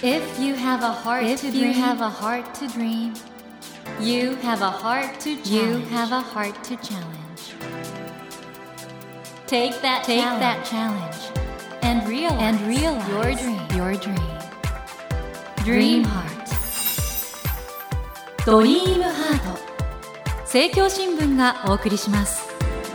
If you have a heart to dream, you have a heart to dream. You have a heart to challenge. You have a heart to challenge. Take that challenge and realize your dream. Dream Heart. ドリームハート。政教新聞がお送りします。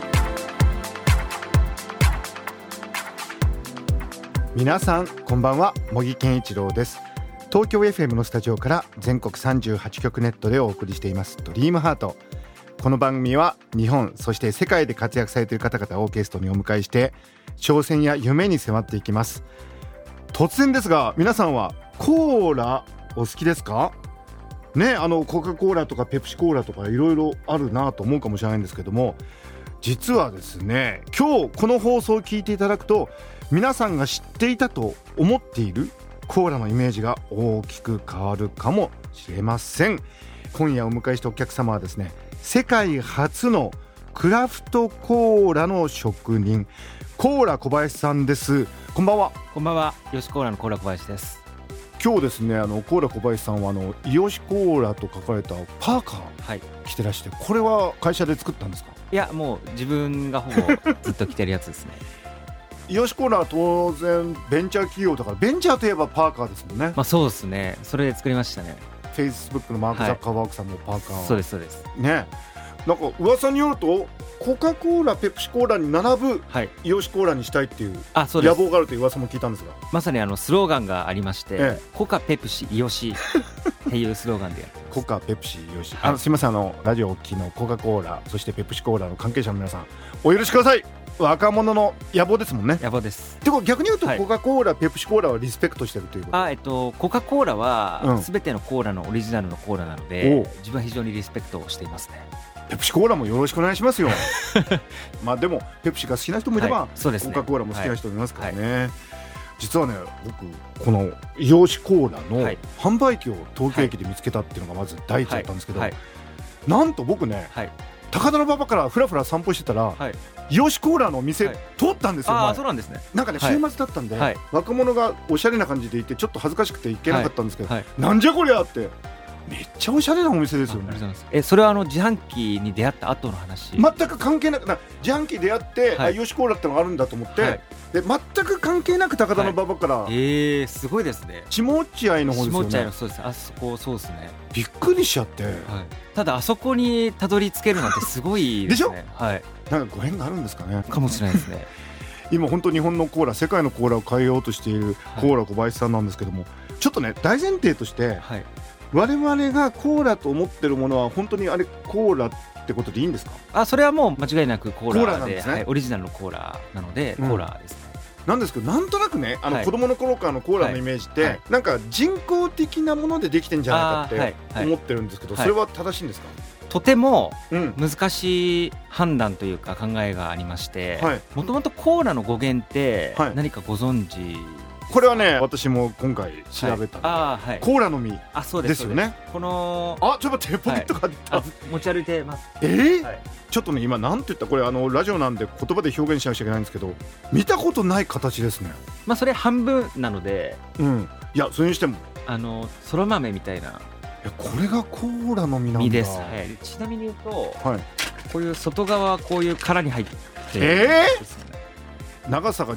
皆さんこんばんは、茂木健一郎です。東京 FM のスタジオから全国38局ネットでお送りしていますドリームハート。この番組は日本そして世界で活躍されている方々をゲストにお迎えして挑戦や夢に迫っていきます。突然ですが皆さんはコーラお好きですかね。コカ・コーラとかペプシコーラとかいろいろあるなと思うかもしれないんですけども、実はですね、今日この放送を聞いていただくと皆さんが知っていたと思っているコーラのイメージが大きく変わるかもしれません。今夜お迎えしたお客様はですね、世界初のクラフトコーラの職人、コーラ小林さんです。こんばんは。 こんばんは。イヨシコーラのコーラ小林です。 今日ですね、コーラ小林さんはイヨシコーラと書かれたパーカー着てらして、これは会社で作ったんですか？ いや、もう自分がほぼずっと着てるやつですね。 イヨシコーラは当然ベンチャー企業だから、ベンチャーといえばパーカーですもんね。 まあそうですね。それで作りましたね。 Facebook のマーク・ザッカーバーグさんのパーカー、 そうですそうですね。なんか噂によるとコカ・コーラ、ペプシコーラに並ぶイヨシコーラにしたいっていう野望があるという噂も聞いたんですが、 まさにスローガンがありまして、コカ、ペプシ、イヨシっていうスローガンでやってます。 コカ、ペプシ、イヨシ、すいません、ラジオをお聞きのコカ・コーラそしてペプシコーラの関係者の皆さんお許しください。若者の野望ですもんね。 野望です。 でも逆に言うと、コカ・コーラ、ペプシコーラはリスペクトしてるということ。 コカ・コーラは全てのコーラのオリジナルのコーラなので、自分は非常にリスペクトをしていますね。 ペプシコーラもよろしくお願いしますよ。まあでもペプシが好きな人もいれば、コカ・コーラも好きな人もいますからね。実はね、僕このイヨシコーラの販売機を東京駅で見つけたっていうのがまず第一だったんですけど、なんと僕ね、高田馬場からふらふら散歩してたら、イヨシコーラの店通ったんですよ。 そうなんですね。 なんかね、週末だったんで、若者がおしゃれな感じでいてちょっと恥ずかしくて行けなかったんですけど、なんじゃこりゃってめっちゃおしゃれなお店ですよね。 それは自販機に出会った後の話？ 全く関係なく、自販機出会って、イヨシコーラってのがあるんだと思って、で全く関係なく高田馬場から、 すごいですね。 下落合の方ですよね。 下落合の、そうです。あそこ、そうですね。 びっくりしちゃって、 ただあそこにたどり着けるなんてすごいですね。 でしょ？なんかご縁があるんですかね。 かもしれないですね。 今本当日本のコーラ、世界のコーラを変えようとしているコーラ小林さんなんですけども、ちょっとね、大前提として、我々がコーラと思ってるものは本当にあれコーラってことでいいんですか？ それはもう間違いなくコーラで、 なんですね。 オリジナルのコーラなので、コーラですね。 なんですけど、なんとなくね、子供の頃からのコーラのイメージって、なんか人工的なものでできてんじゃないかって思ってるんですけど、それは正しいんですか？ とても難しい判断というか考えがありまして、もともとコーラの語源って何かご存知？ これはね、私も今回調べたコーラの実ですよね。 このちょっと待って、ポケットが持ち歩いてます。 ちょっとね、今なんて言った、これラジオなんで言葉で表現しなくちゃいけないんですけど、見たことない形ですね。 それ半分なので、 いや、それにしてもそら豆みたいな、 これがコーラの実なんだ。 実です。ちなみに言うと、こういう外側はこういう殻に入ってるんですよね。 長さが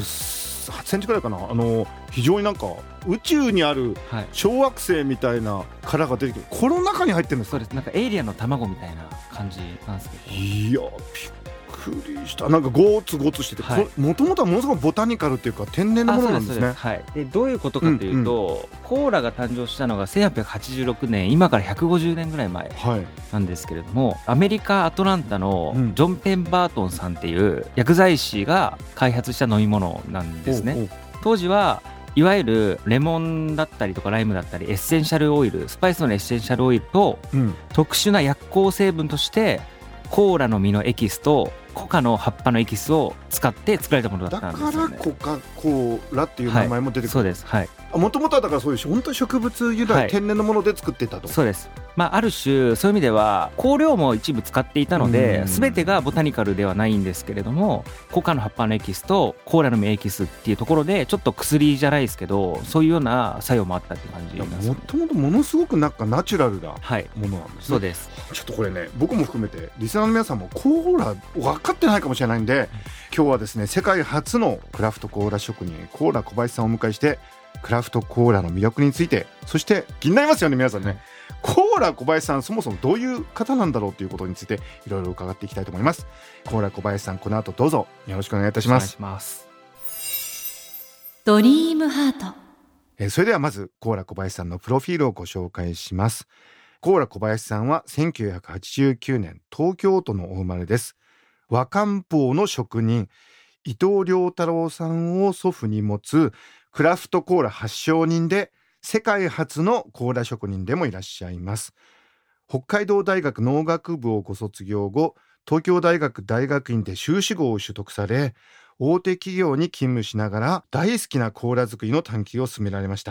8センチくらいかな。非常になんか宇宙にある小惑星みたいな殻が出てくる、この中に入ってるんですか？ そうです。なんかエイリアンの卵みたいな感じなんですけど。 いや、びっくりした。なんかゴツゴツしてて、もともとはものすごくボタニカルっていうか天然のものなんですね。 でどういうことかというと、コーラが誕生したのが1886年、今から150年ぐらい前なんですけれども、アメリカ・アトランタのジョン・ペンバートンさんっていう薬剤師が開発した飲み物なんですね。当時はいわゆるレモンだったりとかライムだったりエッセンシャルオイル、スパイスのエッセンシャルオイルと、特殊な薬効成分としてコーラの実のエキスとコカの葉っぱのエキスを使って作られたものだったんですよね。 だからコカ・コーラっていう名前も出てくる。 そうです。 もともとはだからそういう本当に植物由来、天然のもので作っていたと。 そうです。 ある種そういう意味では香料も一部使っていたので、全てがボタニカルではないんですけれども、コカの葉っぱのエキスとコーラの実エキスっていうところでちょっと薬じゃないですけど、そういうような作用もあったっていう感じですね。 もともとものすごくなんかナチュラルなものなんですね。 そうです。 ちょっとこれね、僕も含めてリスナーの皆さんもコーラ分かってないかもしれないんで、今日はですね、世界初のクラフトコーラ職人コーラ小林さんをお迎えして、クラフトコーラの魅力について、そして気になりますよね皆さんね、コーラ小林さんそもそもどういう方なんだろうということについていろいろ伺っていきたいと思います。コーラ小林さん、この後どうぞよろしくお願いいたします。 お願いします。 ドリームハート。 それではまずコーラ小林さんのプロフィールをご紹介します。コーラ小林さんは1989年東京都のお生まれです。和漢方の職人伊藤良太郎さんを祖父に持つクラフトコーラ発祥人で、世界初のコーラ職人でもいらっしゃいます。北海道大学農学部をご卒業後、東京大学大学院で修士号を取得され、大手企業に勤務しながら大好きなコーラ作りの探求を進められました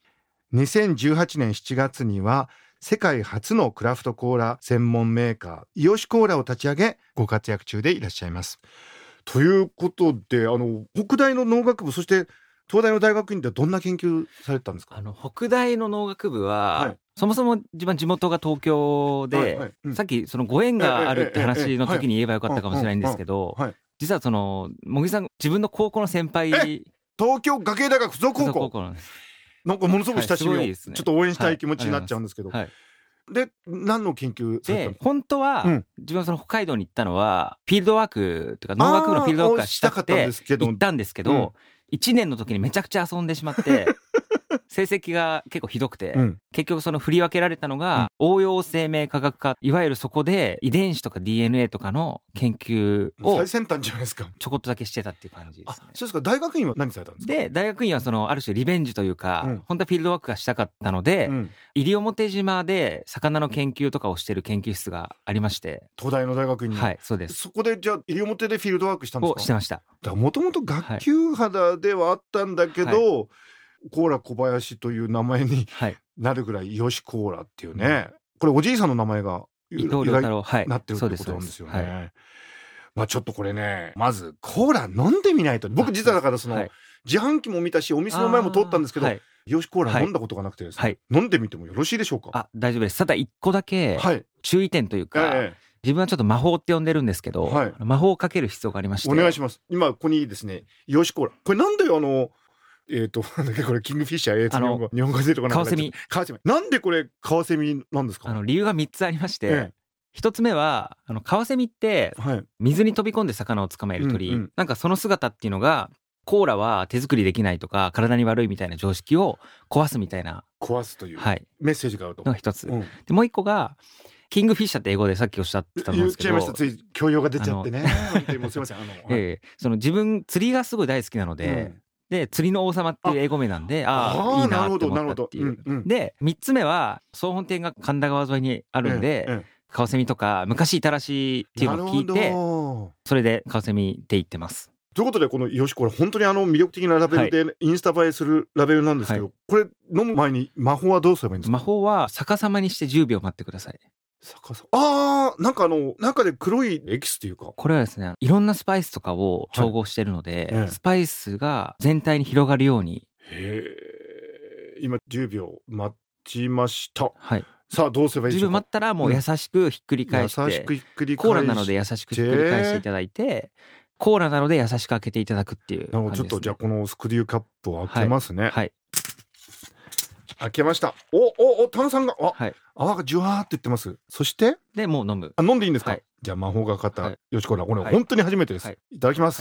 。2018年7月には世界初のクラフトコーラ専門メーカーイヨシコーラを立ち上げ、ご活躍中でいらっしゃいます。ということで、北大の農学部、そして東大の大学院ではどんな研究されてたんですか？ 北大の農学部は、そもそも自分地元が東京で、さっきそのご縁があるって話の時に言えばよかったかもしれないんですけど、実はその茂木さん自分の高校の先輩、 東京学芸大学附属高校なんです。なんかものすごく親しみを、ちょっと応援したい気持ちになっちゃうんですけど、で何の研究されたんですか？ 本当は、自分はその北海道に行ったのはフィールドワークというか農学部のフィールドワークがしたくて行ったんですけど、1年の時にめちゃくちゃ遊んでしまって成績が結構ひどくて、結局その振り分けられたのが、応用生命科学科、いわゆるそこで遺伝子とか DNA とかの研究を最先端じゃないですか。 ちょこっとだけしてたっていう感じですね。 そうですか。大学院は何されたんですか？ で大学院はそのある種リベンジというか、本当はフィールドワークがしたかったので、西表島で魚の研究とかをしてる研究室がありまして、 東大の大学院に。 はい、そうです。 そこでじゃあ西表でフィールドワークしたんですか？ してました。 もともと学級肌ではあったんだけど、コーラ小林という名前になるぐらいイヨシコーラっていうね、これおじいさんの名前が伊藤良太郎なってるってことなんですよね。ちょっとこれね、まずコーラ飲んでみないと。僕実はだからその自販機も見たしお店の前も通ったんですけど、イヨシコーラ飲んだことがなくてですね、飲んでみてもよろしいでしょうか？ 大丈夫です。ただ一個だけ注意点というか、自分はちょっと魔法って呼んでるんですけど、魔法をかける必要がありまして。 お願いします。今ここにですね、イヨシコーラ、これなんでなんだっけ、これキングフィッシャー、日本語でとかカワセミ。 なんでこれカワセミなんですか？ 理由が3つありまして、1つ目はカワセミって水に飛び込んで魚を捕まえる鳥、なんかその姿っていうのが、コーラは手作りできないとか体に悪いみたいな常識を壊すみたいな、 壊すというメッセージがあるとのが1つ、でもう1個がキングフィッシャーって英語でさっきおっしゃってたんですけど、 言っちゃいました。つい教養が出ちゃってね。もうすいません。 その自分釣りがすごい大好きなので、で釣りの王様っていう英語名なんで、いいなって思ったっていう。で3つ目は総本店が神田川沿いにあるんで、カワセミとか昔いたらしいっていうのを聞いて、それでカワセミって言ってます。 ということで、このイヨシコーラ本当に魅力的なラベルで、インスタ映えするラベルなんですけど、これ飲む前に魔法はどうすればいいんですか？ 魔法は逆さまにして10秒待ってください。 なんか中で黒いエキスっていうか、 これはですね、いろんなスパイスとかを調合してるので、スパイスが全体に広がるように。 今10秒待ちました。さあどうすればいいでしょうか？10秒待ったらもう優しくひっくり返して、コーラなので優しくひっくり返していただいて、コーラなので優しく開けていただくっていう感じですね。 ちょっとじゃあこのスクリューカップを開けますね。開けました。炭酸が泡がジュワーって言ってます。そしてでもう飲む。 飲んでいいんですか？じゃあ魔法がかかったヨシコーラ、これ本当に初めてです。いただきます。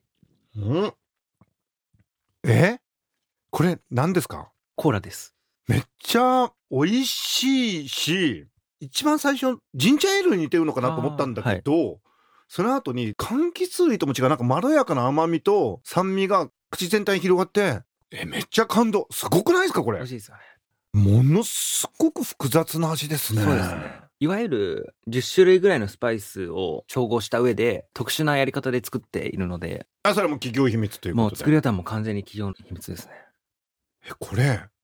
これ何ですか？ コーラです。 めっちゃ美味しいし、一番最初ジンジャーエールに似てるのかなと思ったんだけど、その後に柑橘類とも違う、なんかまろやかな甘みと酸味が口全体に広がって、めっちゃ感動。すごくないですかこれ？ 美味しいですよね。 ものすごく複雑な味ですね。 そうですね。いわゆる10種類ぐらいのスパイスを調合した上で特殊なやり方で作っているので。 それも企業秘密ということで。 もう作り方も完全に企業の秘密ですね。 これ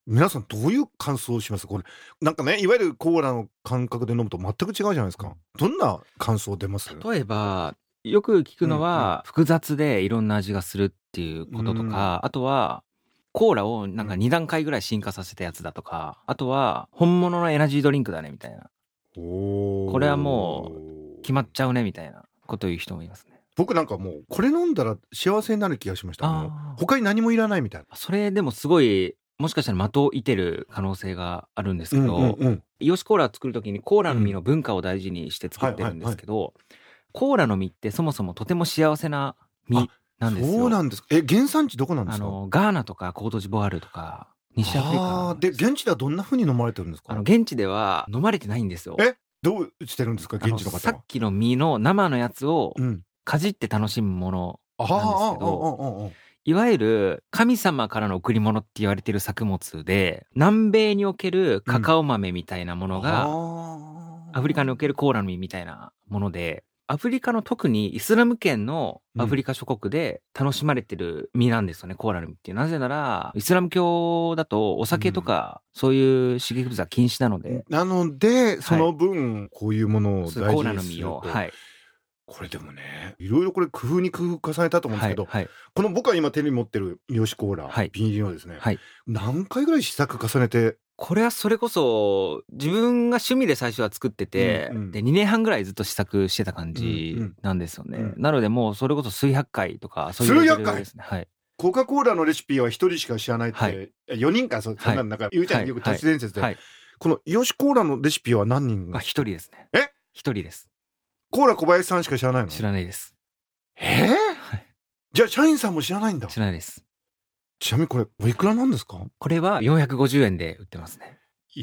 皆さんどういう感想をします？これなんかね、いわゆるコーラの感覚で飲むと全く違うじゃないですか。どんな感想出ます？ 例えばよく聞くのは、複雑でいろんな味がするっていうこととか、あとはコーラをなんか2段階ぐらい進化させたやつだとか、あとは本物のエナジードリンクだねみたいな、これはもう決まっちゃうねみたいなことを言う人もいますね。 僕なんかもうこれ飲んだら幸せになる気がしました。他に何もいらないみたいな。 それでもすごいもしかしたら的を射てる可能性があるんですけど、イヨシコーラを作る時にコーラの実の文化を大事にして作ってるんですけど、コーラの実ってそもそもとても幸せな実なんですよ。 そうなんですか。原産地どこなんですか？ ガーナとかコートジボワールとか西アフリカで、現地ではどんな風に飲まれてるんですか？ 現地では飲まれてないんですよ。 どうしてるんですか、現地の方は？ さっきの実の生のやつをかじって楽しむものなんですけど、いわゆる神様からの贈り物って言われている作物で、南米におけるカカオ豆みたいなものが、アフリカにおけるコーラの実みたいなもので、アフリカの特にイスラム圏のアフリカ諸国で楽しまれてる実なんですよね、コーラの実って。なぜならイスラム教だとお酒とかそういう刺激物は禁止なので、 なのでその分こういうものを大事にすると。 コーラの実を、 これでもね、いろいろこれ工夫に工夫重ねたと思うんですけど、この僕は今手に持ってるイヨシコーラ、瓶入りのですね、何回ぐらい試作重ねて？ これはそれこそ自分が趣味で最初は作ってて、で2年半ぐらいずっと試作してた感じなんですよね。なのでもうそれこそ数百回とかそういうレベルですね。 コカ・コーラのレシピは1人しか知らないって、4人かそんななんか言うじゃん、よく都市伝説で。このイヨシコーラのレシピは何人が？1 人ですね。1人です。 コーラ小林さんしか知らないの？ 知らないです。 じゃあ社員さんも知らないんだ？ 知らないです。 ちなみにこれおいくらなんですか？ これは450円で売ってますね。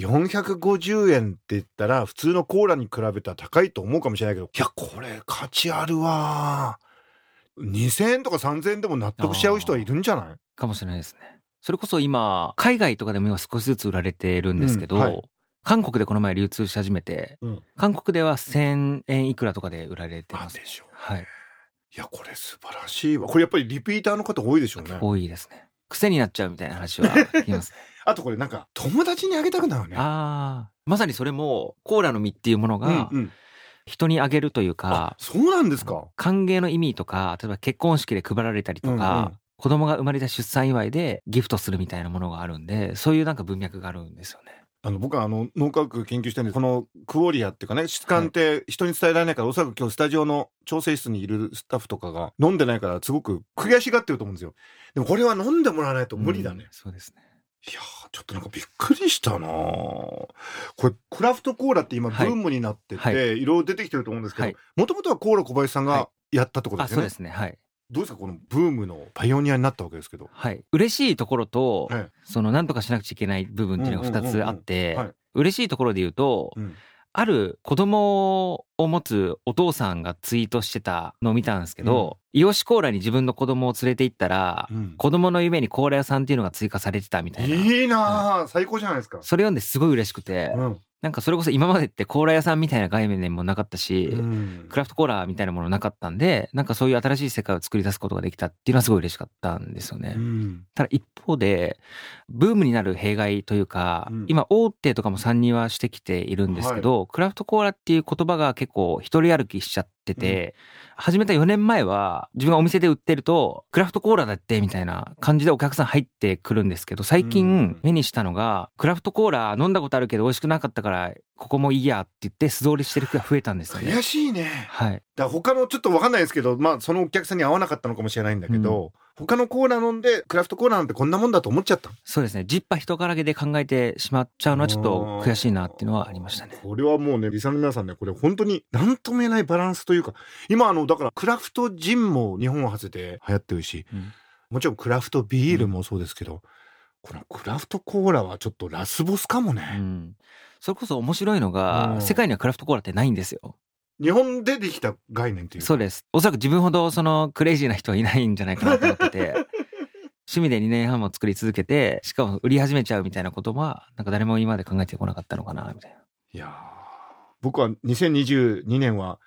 450円って言ったら普通のコーラに比べたら高いと思うかもしれないけど、いやこれ価値あるわ。2000円とか3000円でも納得しちゃう人はいるんじゃないかもしれないですね。それこそ今海外とかでも今少しずつ売られてるんですけど、韓国でこの前流通し始めて、韓国では1000円いくらとかで売られてます。 でしょう。 いやこれ素晴らしいわ。これやっぱりリピーターの方多いでしょうね。 多いですね。癖になっちゃうみたいな話は聞きますね。 あとこれなんか友達にあげたくなるね。 まさにそれもコーラの実っていうものが人にあげるというか、 そうなんですか。 歓迎の意味とか、例えば結婚式で配られたりとか、子供が生まれた出産祝いでギフトするみたいなものがあるんで、そういうなんか文脈があるんですよね。 僕は脳科学研究してるんで、このクオリアっていうかね、質感って人に伝えられないから、おそらく今日スタジオの調整室にいるスタッフとかが飲んでないからすごく悔しがってると思うんですよ。でもこれは飲んでもらわないと無理だね。 そうですね。 いやちょっとなんかびっくりしたな。これクラフトコーラって今ブームになってて、いろいろ出てきてると思うんですけど、もともとはコーラ小林さんがやったってことですよね。 そうですね。 どうですか、このブームのパイオニアになったわけですけど。 嬉しいところと、その何とかしなくちゃいけない部分っていうのが2つあって、嬉しいところで言うと、ある子供を持つお父さんがツイートしてたのを見たんですけど、イヨシコーラに自分の子供を連れて行ったら、子供の夢にコーラ屋さんっていうのが追加されてたみたいな。 いいな、最高じゃないですか。 それ読んですごい嬉しくて、なんかそれこそ今までってコーラ屋さんみたいな概念もなかったし、クラフトコーラみたいなものなかったんで、なんかそういう新しい世界を作り出すことができたっていうのはすごい嬉しかったんですよね。ただ一方でブームになる弊害というか、今大手とかも参入はしてきているんですけど、クラフトコーラっていう言葉が結構一人歩きしちゃってて、始めた4年前は自分がお店で売ってるとクラフトコーラだってみたいな感じでお客さん入ってくるんですけど、最近目にしたのが、クラフトコーラ飲んだことあるけど美味しくなかったからここもいいやって言って素通りしてる人が増えたんですよね。 悔しいね。だから他のちょっと分かんないですけど、そのお客さんに合わなかったのかもしれないんだけど、他のコーラ飲んでクラフトコーラなんてこんなもんだと思っちゃった。 そうですね。ジッパ人からげで考えてしまっちゃうのはちょっと悔しいなっていうのはありましたね。 これはもうね、リサの皆さんね、これ本当に何とも言えないバランスというか、今だからクラフトジンも日本を外れて流行ってるし、もちろんクラフトビールもそうですけど、このクラフトコーラはちょっとラスボスかもね。 それこそ面白いのが、世界にはクラフトコーラってないんですよ。 日本でできた概念というか。 そうです。おそらく自分ほどそのクレイジーな人はいないんじゃないかなと思ってて趣味で2年半も作り続けて、しかも売り始めちゃうみたいなことはなんか誰も今まで考えてこなかったのかなみたいな。 いや僕は2022年は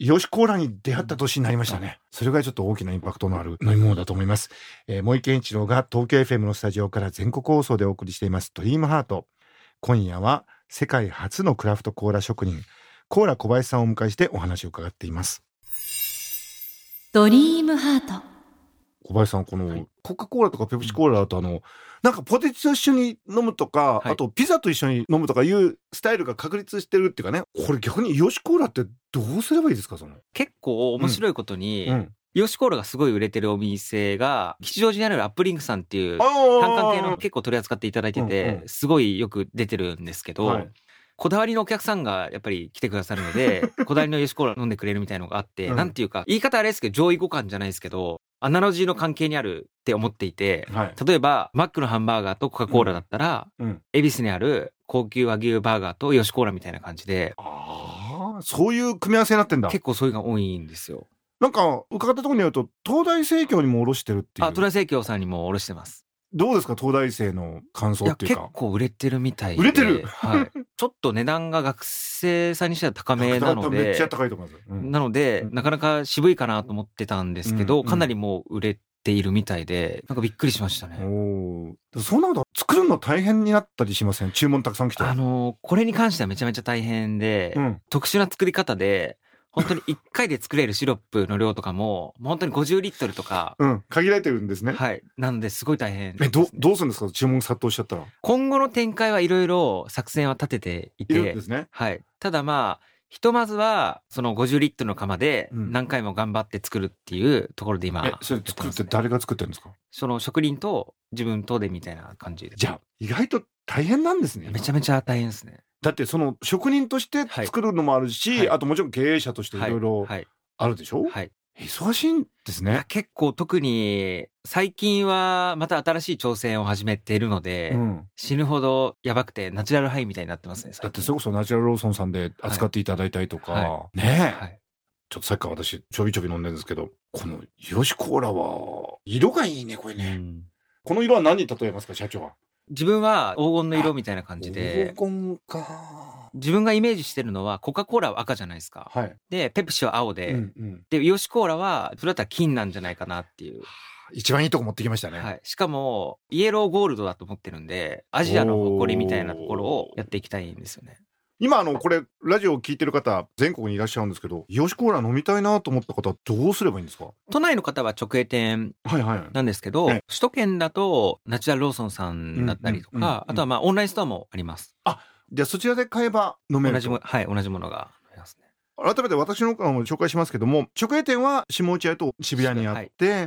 イヨシコーラに出会った年になりましたね。それがちょっと大きなインパクトのある飲み物だと思います。森健一郎が東京 FM のスタジオから全国放送でお送りしていますドリームハート。今夜は世界初のクラフトコーラ職人コーラ小林さんをお迎えしてお話を伺っています。 ドリームハート。 小林さん、このコカ・コーラとかペプシコーラだとなんかポテチと一緒に飲むとか、あとピザと一緒に飲むとかいうスタイルが確立してるっていうかね、これ逆にイヨシコーラってどうすればいいですか？ 結構面白いことに、イヨシコーラがすごい売れてるお店が吉祥寺にあるアップリンクさんっていう単管系の結構取り扱っていただいてて、すごいよく出てるんですけど、こだわりのお客さんがやっぱり来てくださるのでこだわりのイヨシコーラ飲んでくれるみたいなのがあって、なんていうか言い方あれですけど上位互換じゃないですけどアナロジーの関係にあるって思っていて、例えばマックのハンバーガーとコカ・コーラだったら、恵比寿にある高級和牛バーガーとイヨシコーラみたいな感じで、 そういう組み合わせになってんだ。 結構そういうのが多いんですよ。 なんか伺ったところによると東大生協にも卸してるっていう。 東大生協さんにも卸してます。どうですか、東大生の感想っていうか。 結構売れてるみたいで。 売れてる、 ちょっと値段が学生さんにしては高めなので、 めっちゃ高いと思います、 なのでなかなか渋いかなと思ってたんですけど、かなりもう売れているみたいで、なんかびっくりしましたね。 そんなこと作るの大変になったりしません？注文たくさん来て。 これに関してはめちゃめちゃ大変で、特殊な作り方で本当に1回で作れるシロップの量とかも本当に50リットルとか、 限られてるんですね。 なのですごい大変です、 ね。どうするんですか、注文殺到しちゃったら。 今後の展開はいろいろ作戦は立てていて、 いるんですね。 ただまあひとまずはその50リットルの釜で何回も頑張って作るっていうところで今、 それ作って誰が作ってるんですか？ その職人と自分とでみたいな感じで。 じゃあ意外と大変なんですね。 めちゃめちゃ大変ですね。 だってその職人として作るのもあるし、あともちろん経営者としていろいろあるでしょ。忙しいんですね。 結構特に最近はまた新しい挑戦を始めているので、死ぬほどやばくてナチュラルハイみたいになってますね。 だってそれこそナチュラルローソンさんで扱っていただいたりとか、ねえ、ちょっとさっきから私ちょびちょび飲んでるんですけど、このイヨシコーラは色がいいね、これね。この色は何に例えますか、社長は？ 自分は黄金の色みたいな感じで。 黄金か。 自分がイメージしてるのはコカ・コーラは赤じゃないですか。でペプシは青で、でイヨシコーラはそれだったら金なんじゃないかなっていう。 一番いいとこ持ってきましたね。 しかもイエローゴールドだと思ってるんで、アジアの誇りみたいなところをやっていきたいんですよね。 今これラジオを聞いてる方全国にいらっしゃるんですけど、イヨシコーラ飲みたいなと思った方はどうすればいいんですか？ 都内の方は直営店なんですけど、首都圏だとナチュラルローソンさんだったりとか、あとはまあオンラインストアもあります。 じゃあそちらで買えば飲めると。 同じものがありますね。 改めて私の方も紹介しますけども、直営店は下内屋と渋谷にあって、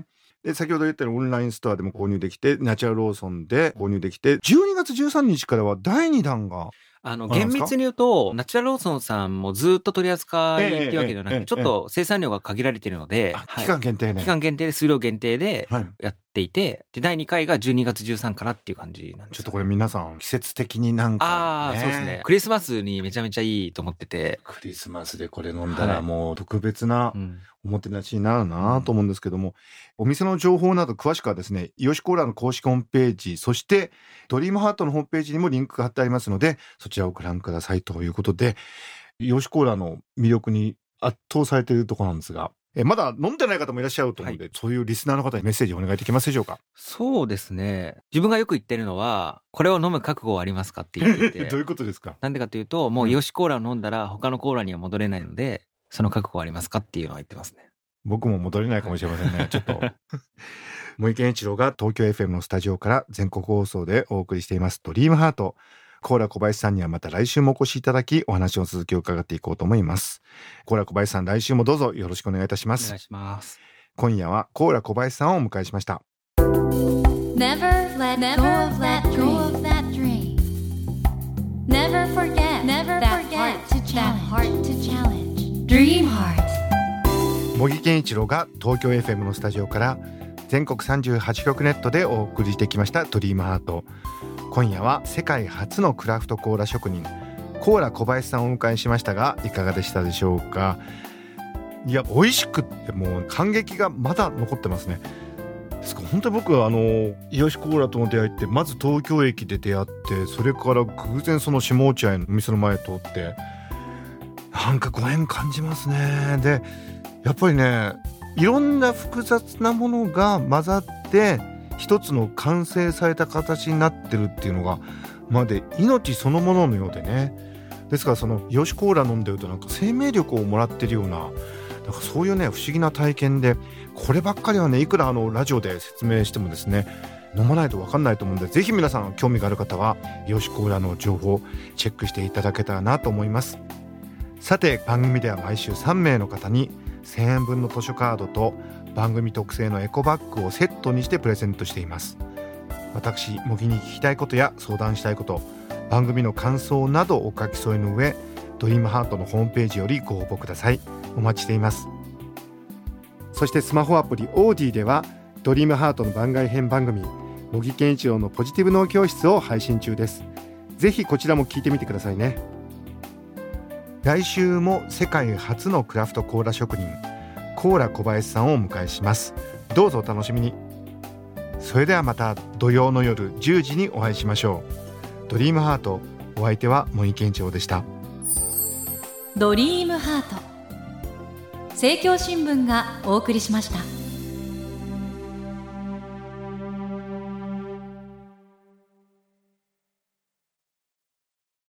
で先ほど言ったようにオンラインストアでも購入できて、ナチュラルローソンで購入できて、12月13日からは第2弾が厳密に言うとナチュラルローソンさんもずっと取り扱いっていうわけではなくて、ちょっと生産量が限られているので、 期間限定ね。 期間限定で数量限定でやっていて、で第2回が12月13からっていう感じなんです。 ちょっとこれ皆さん季節的になんか、 そうですね。クリスマスにめちゃめちゃいいと思ってて、 クリスマスでこれ飲んだらもう特別なおもてなしになるなと思うんですけども、お店の情報など詳しくはですね、イヨシコーラの公式ホームページ、そしてドリームハートのホームページにもリンクが貼ってありますので、そちらをご覧くださいということで、イヨシコーラの魅力に圧倒されているところなんですが、まだ飲んでない方もいらっしゃると思うので、そういうリスナーの方にメッセージお願いできますでしょうか？ そうですね。自分がよく言ってるのは、これを飲む覚悟はありますかって言っていて。 どういうことですか？ なんでかというと、もうイヨシコーラを飲んだら他のコーラには戻れないので、その覚悟はありますかっていうのは言ってますね。 僕も戻れないかもしれませんね。ちょっと森健一郎が東京 FM のスタジオから全国放送でお送りしていますドリームハート。コーラ小林さんにはまた来週もお越しいただき、お話の続きを伺っていこうと思います。コーラ小林さん、来週もどうぞよろしくお願いいたします。 お願いします。 今夜はコーラ小林さんをお迎えしました。 Never let go of that dream. Never forget that heart to challenge. Dream Heart。 茂木健一郎が東京 FM のスタジオから全国38局ネットでお送りしてきましたドリームハート。今夜は世界初のクラフトコーラ職人コーラ小林さんをお迎えしましたが、いかがでしたでしょうか？いや、美味しくってもう感激がまだ残ってますね。ですから本当に僕はイヨシコーラとの出会いって、まず東京駅で出会って、それから偶然その下落合のお店の前通って、 なんかご縁感じますね。でやっぱりね、いろんな複雑なものが混ざって一つの完成された形になってるっていうのがまで命そのもののようでね。ですからそのヨシコーラ飲んでるとなんか生命力をもらってるような、なんかそういうね不思議な体験で、こればっかりはねいくらラジオで説明してもですね飲まないと分かんないと思うんで、ぜひ皆さん興味がある方はヨシコーラの情報をチェックしていただけたらなと思います。さて番組では毎週3名の方に1000円分の図書カードと番組特製のエコバッグをセットにしてプレゼントしています。私茂木に聞きたいことや相談したいこと、番組の感想などお書き添えの上、ドリームハートのホームページよりご応募ください。お待ちしています。そしてスマホアプリオーディではドリームハートの番外編番組茂木健一郎のポジティブ脳教室を配信中です。ぜひこちらも聞いてみてくださいね。来週も世界初のクラフトコーラ職人コーラ小林さんをお迎えします。どうぞお楽しみに。それではまた土曜の夜10時にお会いしましょう。ドリームハート、お相手は茂木健一郎でした。 ドリームハート、政教新聞がお送りしました。